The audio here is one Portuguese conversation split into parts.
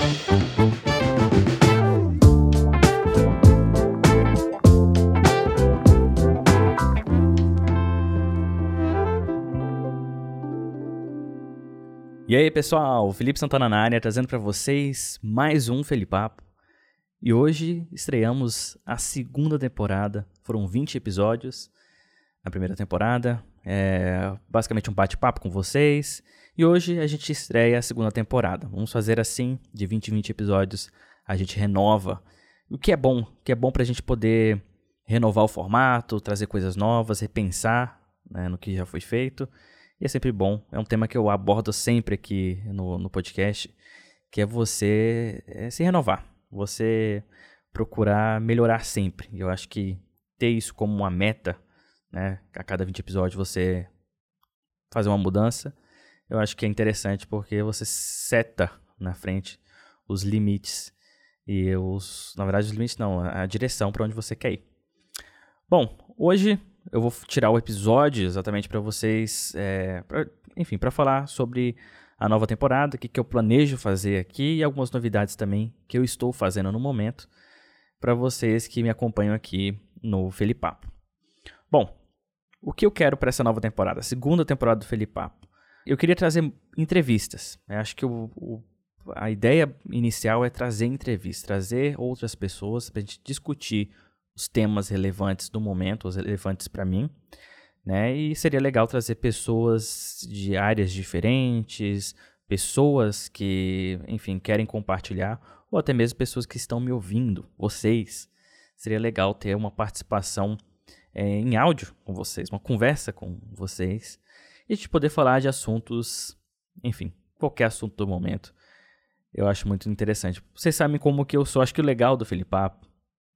E aí pessoal, Felipe Santana na área, trazendo para vocês mais um Felipapo. E hoje estreamos a segunda temporada, foram 20 episódios na primeira temporada, basicamente um bate-papo com vocês. E hoje a gente estreia a segunda temporada, vamos fazer assim, de 20 em 20 episódios a gente renova. O que é bom pra gente poder renovar o formato, trazer coisas novas, repensar, né, no que já foi feito. E é sempre bom, é um tema que eu abordo sempre aqui no podcast, que é você se renovar, você procurar melhorar sempre. Eu acho que ter isso como uma meta, né, a cada 20 episódios você fazer uma mudança, eu acho que é interessante porque você seta na frente os limites e na verdade os limites não, a direção para onde você quer ir. Bom, hoje eu vou tirar o episódio exatamente para vocês, para falar sobre a nova temporada, o que eu planejo fazer aqui e algumas novidades também que eu estou fazendo no momento para vocês que me acompanham aqui no Felipapo. Bom, o que eu quero para essa nova temporada, a segunda temporada do Felipapo? Eu queria trazer entrevistas. Eu acho que a ideia inicial é trazer entrevistas, trazer outras pessoas para a gente discutir os temas relevantes do momento, os relevantes para mim, né? E seria legal trazer pessoas de áreas diferentes, pessoas que, enfim, querem compartilhar, ou até mesmo pessoas que estão me ouvindo, vocês. Seria legal ter uma participação em áudio com vocês, uma conversa com vocês, e a gente poder falar de assuntos, enfim, qualquer assunto do momento. Eu acho muito interessante. Vocês sabem como que eu sou, acho que o legal do Felipapo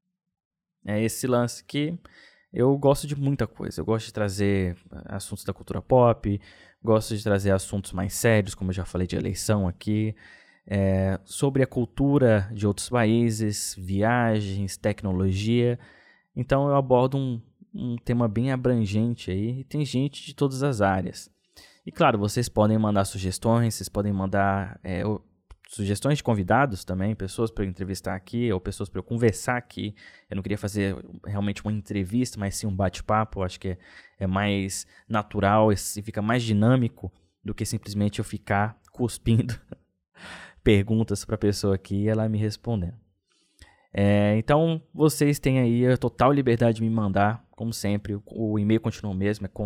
é esse lance que eu gosto de muita coisa. Eu gosto de trazer assuntos da cultura pop, gosto de trazer assuntos mais sérios, como eu já falei de eleição aqui, sobre a cultura de outros países, viagens, tecnologia. Então eu abordo um tema bem abrangente aí, e tem gente de todas as áreas. E claro, vocês podem mandar sugestões, vocês podem mandar sugestões de convidados também, pessoas para eu entrevistar aqui, ou pessoas para eu conversar aqui. Eu não queria fazer realmente uma entrevista, mas sim um bate-papo. Eu acho que é mais natural e fica mais dinâmico do que simplesmente eu ficar cuspindo perguntas para a pessoa aqui e ela me respondendo. Então, vocês têm aí a total liberdade de me mandar, como sempre. O e-mail continua o mesmo, é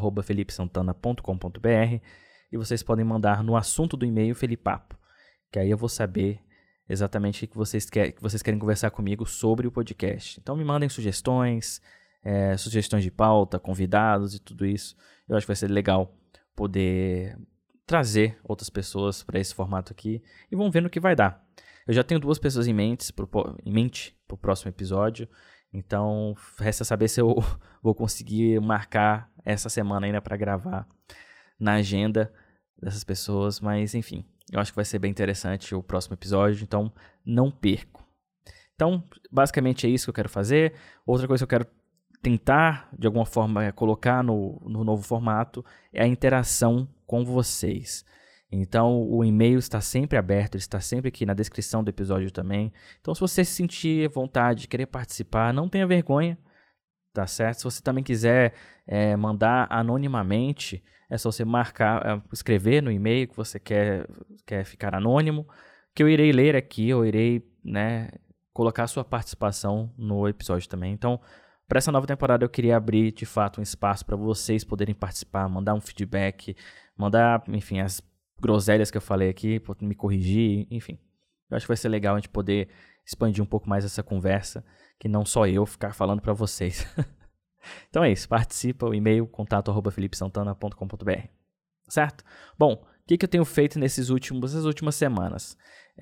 contato@felipesantana.com.br, e vocês podem mandar no assunto do e-mail Felipapo, que aí eu vou saber exatamente o que vocês querem conversar comigo sobre o podcast. Então me mandem sugestões, sugestões de pauta, convidados e tudo isso. Eu acho que vai ser legal poder trazer outras pessoas para esse formato aqui e vamos ver no que vai dar. Eu já tenho 2 pessoas em mente para o próximo episódio, então resta saber se eu vou conseguir marcar essa semana ainda para gravar na agenda dessas pessoas, mas enfim. Eu acho que vai ser bem interessante o próximo episódio, então não perco. Então, basicamente é isso que eu quero fazer. Outra coisa que eu quero tentar, de alguma forma, colocar no novo formato é a interação com vocês. Então, o e-mail está sempre aberto, ele está sempre aqui na descrição do episódio também. Então, se você sentir vontade de querer participar, não tenha vergonha, tá certo? Se você também quiser mandar anonimamente, é só você escrever no e-mail que você quer ficar anônimo, que eu irei ler aqui, eu irei, né, colocar a sua participação no episódio também. Então, para essa nova temporada eu queria abrir, de fato, um espaço para vocês poderem participar, mandar um feedback, mandar, enfim, as groselhas que eu falei aqui, me corrigir, enfim. Eu acho que vai ser legal a gente poder expandir um pouco mais essa conversa, que não só eu ficar falando para vocês. Então é isso, participa, o e-mail contato@felipesantana.com.br, certo? Bom, o que eu tenho feito nessas últimas semanas?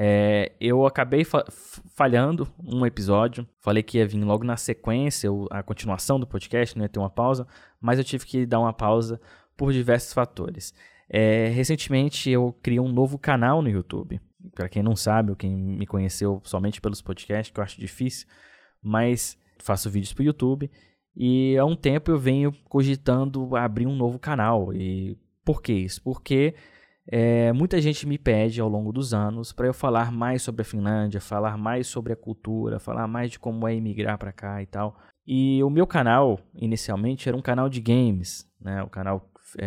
Eu acabei falhando um episódio, falei que ia vir logo na sequência a continuação do podcast, não ia ter uma pausa, mas eu tive que dar uma pausa por diversos fatores. Recentemente eu criei um novo canal no YouTube. Para quem não sabe, ou quem me conheceu somente pelos podcasts, que eu acho difícil, mas faço vídeos para o YouTube. E há um tempo eu venho cogitando abrir um novo canal. E por que isso? Porque Muita gente me pede ao longo dos anos para eu falar mais sobre a Finlândia, falar mais sobre a cultura, falar mais de como é imigrar para cá e tal. E o meu canal, inicialmente, era um canal de games, né? O canal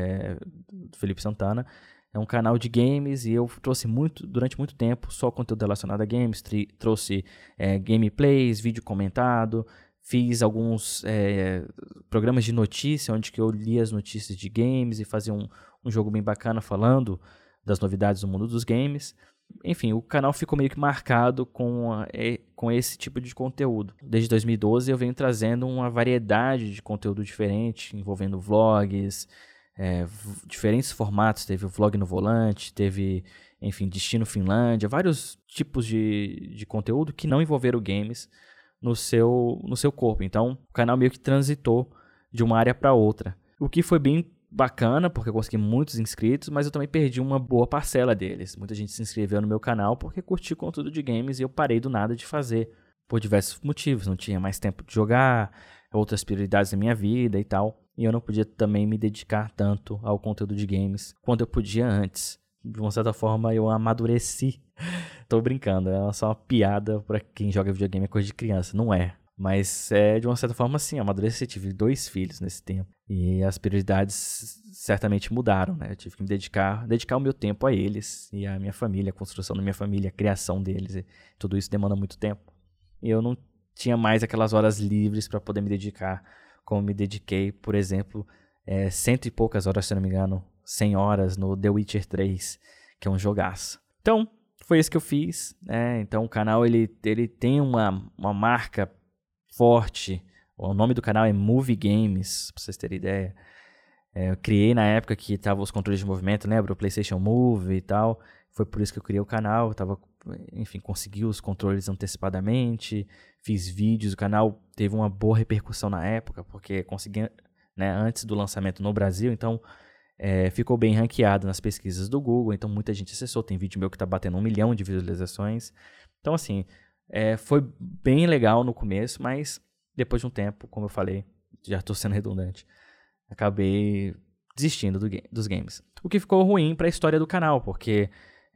do Felipe Santana é um canal de games e eu trouxe durante muito tempo só conteúdo relacionado a games, trouxe gameplays, vídeo comentado, fiz alguns programas de notícia, onde que eu lia as notícias de games e fazia um jogo bem bacana falando das novidades do mundo dos games. Enfim, o canal ficou meio que marcado com esse tipo de conteúdo. Desde 2012 eu venho trazendo uma variedade de conteúdo diferente, envolvendo vlogs, diferentes formatos. Teve o vlog no volante, teve, enfim, Destino Finlândia, vários tipos de conteúdo que não envolveram games no seu corpo. Então, o canal meio que transitou de uma área para outra. O que foi bem bacana, porque eu consegui muitos inscritos, mas eu também perdi uma boa parcela deles. Muita gente se inscreveu no meu canal porque curtiu conteúdo de games e eu parei do nada de fazer, por diversos motivos. Não tinha mais tempo de jogar, outras prioridades na minha vida e tal. E eu não podia também me dedicar tanto ao conteúdo de games quanto eu podia antes. De uma certa forma, eu amadureci. Tô brincando, é só uma piada pra quem joga videogame, é coisa de criança. Não é. Mas de uma certa forma, sim, amadureci. Tive 2 filhos nesse tempo. E as prioridades certamente mudaram, né? Eu tive que me dedicar o meu tempo a eles e à minha família, a construção da minha família, a criação deles. E tudo isso demanda muito tempo. E eu não tinha mais aquelas horas livres para poder me dedicar, como me dediquei, por exemplo, 100 e poucas horas, se não me engano, 100 horas no The Witcher 3, que é um jogaço. Então, foi isso que eu fiz, né? Então, o canal ele tem uma marca forte. O nome do canal é Movie Games, pra vocês terem ideia. Eu criei na época que tava os controles de movimento, lembra? O PlayStation Move e tal. Foi por isso que eu criei o canal. Enfim, consegui os controles antecipadamente. Fiz vídeos. O canal teve uma boa repercussão na época, porque consegui, né, antes do lançamento no Brasil. Então, ficou bem ranqueado nas pesquisas do Google. Então, muita gente acessou. Tem vídeo meu que tá batendo 1 milhão de visualizações. Então, assim, foi bem legal no começo, mas depois de um tempo, como eu falei, já estou sendo redundante, acabei desistindo dos games. O que ficou ruim para a história do canal, porque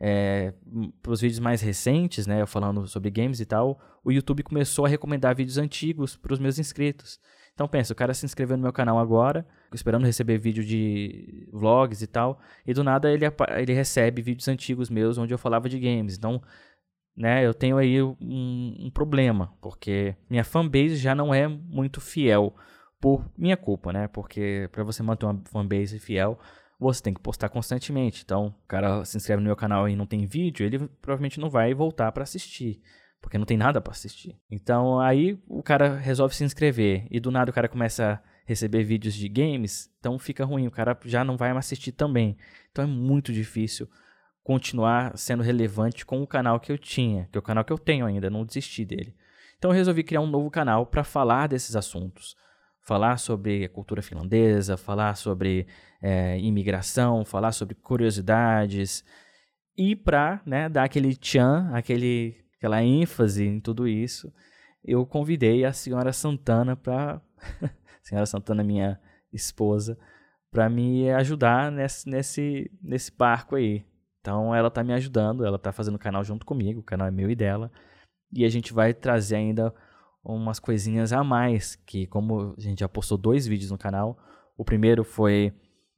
para os vídeos mais recentes, né, eu falando sobre games e tal, o YouTube começou a recomendar vídeos antigos para os meus inscritos. Então pensa, o cara se inscreveu no meu canal agora, esperando receber vídeo de vlogs e tal, e do nada ele recebe vídeos antigos meus onde eu falava de games. Então, né, eu tenho aí um problema, porque minha fanbase já não é muito fiel por minha culpa, né? Porque para você manter uma fanbase fiel, você tem que postar constantemente. Então, o cara se inscreve no meu canal e não tem vídeo, ele provavelmente não vai voltar para assistir, porque não tem nada para assistir. Então, aí o cara resolve se inscrever e do nada o cara começa a receber vídeos de games, então fica ruim, o cara já não vai mais assistir também. Então, é muito difícil continuar sendo relevante com o canal que eu tinha, que é o canal que eu tenho ainda, não desisti dele. Então eu resolvi criar um novo canal para falar desses assuntos, falar sobre a cultura finlandesa, falar sobre imigração, falar sobre curiosidades e para, né, dar aquele tchan, aquela ênfase em tudo isso, eu convidei a senhora Santana senhora Santana, minha esposa, para me ajudar nesse barco aí. Então ela tá me ajudando, ela tá fazendo o canal junto comigo, o canal é meu e dela. E a gente vai trazer ainda umas coisinhas a mais, que como a gente já postou 2 vídeos no canal, o primeiro foi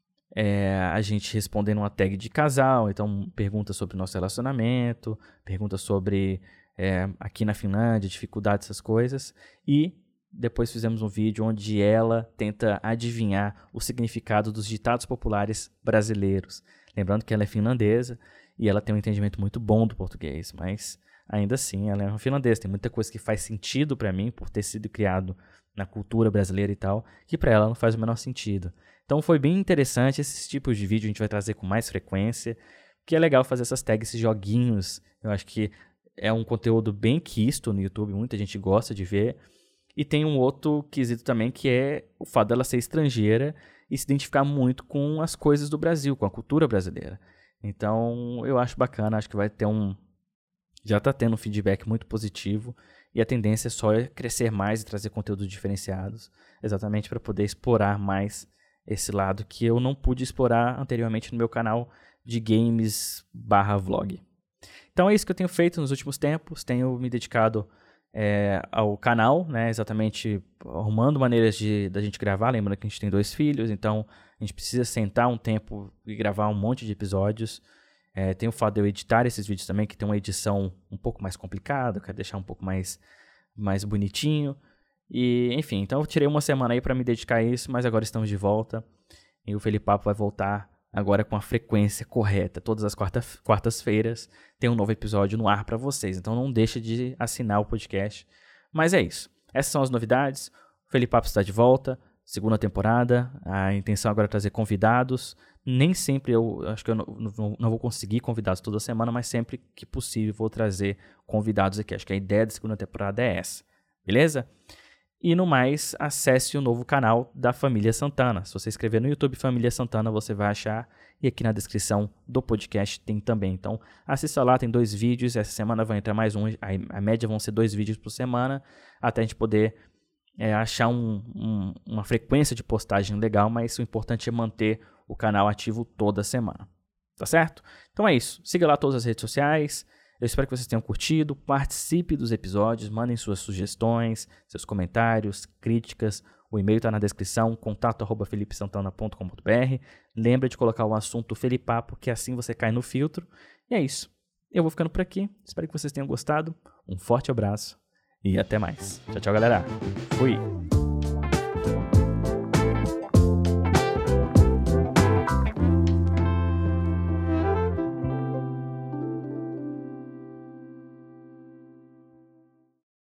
a gente respondendo uma tag de casal, então perguntas sobre o nosso relacionamento, perguntas sobre aqui na Finlândia, dificuldades, essas coisas. E depois fizemos um vídeo onde ela tenta adivinhar o significado dos ditados populares brasileiros. Lembrando que ela é finlandesa e ela tem um entendimento muito bom do português, mas ainda assim ela é uma finlandesa. Tem muita coisa que faz sentido para mim por ter sido criado na cultura brasileira e tal, que para ela não faz o menor sentido. Então foi bem interessante, esses tipos de vídeo a gente vai trazer com mais frequência, que é legal fazer essas tags, esses joguinhos. Eu acho que é um conteúdo bem quisto no YouTube, muita gente gosta de ver. E tem um outro quesito também, que é o fato dela ser estrangeira e se identificar muito com as coisas do Brasil, com a cultura brasileira. Então, eu acho bacana, acho que vai ter já está tendo um feedback muito positivo e a tendência é só crescer mais e trazer conteúdos diferenciados, exatamente para poder explorar mais esse lado que eu não pude explorar anteriormente no meu canal de games /vlog. Então é isso que eu tenho feito nos últimos tempos, tenho me dedicado ao canal, né, exatamente arrumando maneiras da gente gravar, lembrando que a gente tem 2 filhos, então a gente precisa sentar um tempo e gravar um monte de episódios. Tem o fato de eu editar esses vídeos também, que tem uma edição um pouco mais complicada, eu quero deixar um pouco mais bonitinho. E, enfim, então eu tirei uma semana aí para me dedicar a isso, mas agora estamos de volta. E o Felipapo vai voltar agora com a frequência correta. Todas as quartas-feiras tem um novo episódio no ar para vocês. Então não deixa de assinar o podcast. Mas é isso. Essas são as novidades. O Felipapo está de volta. Segunda temporada. A intenção agora é trazer convidados. Nem sempre acho que eu não vou conseguir convidados toda semana, mas sempre que possível vou trazer convidados aqui. Acho que a ideia da segunda temporada é essa. Beleza? E no mais, acesse o novo canal da Família Santana. Se você escrever no YouTube Família Santana, você vai achar. E aqui na descrição do podcast tem também. Então, assista lá, tem 2 vídeos. Essa semana vai entrar mais um. A média vão ser 2 vídeos por semana, até a gente poder achar uma frequência de postagem legal. Mas o importante é manter o canal ativo toda semana. Tá certo? Então é isso. Siga lá todas as redes sociais. Eu espero que vocês tenham curtido, participe dos episódios, mandem suas sugestões, seus comentários, críticas. O e-mail está na descrição, contato@felipesantana.com.br. Lembra de colocar o assunto Felipapo, que assim você cai no filtro. E é isso. Eu vou ficando por aqui. Espero que vocês tenham gostado. Um forte abraço e até mais. Tchau, tchau, galera. Fui!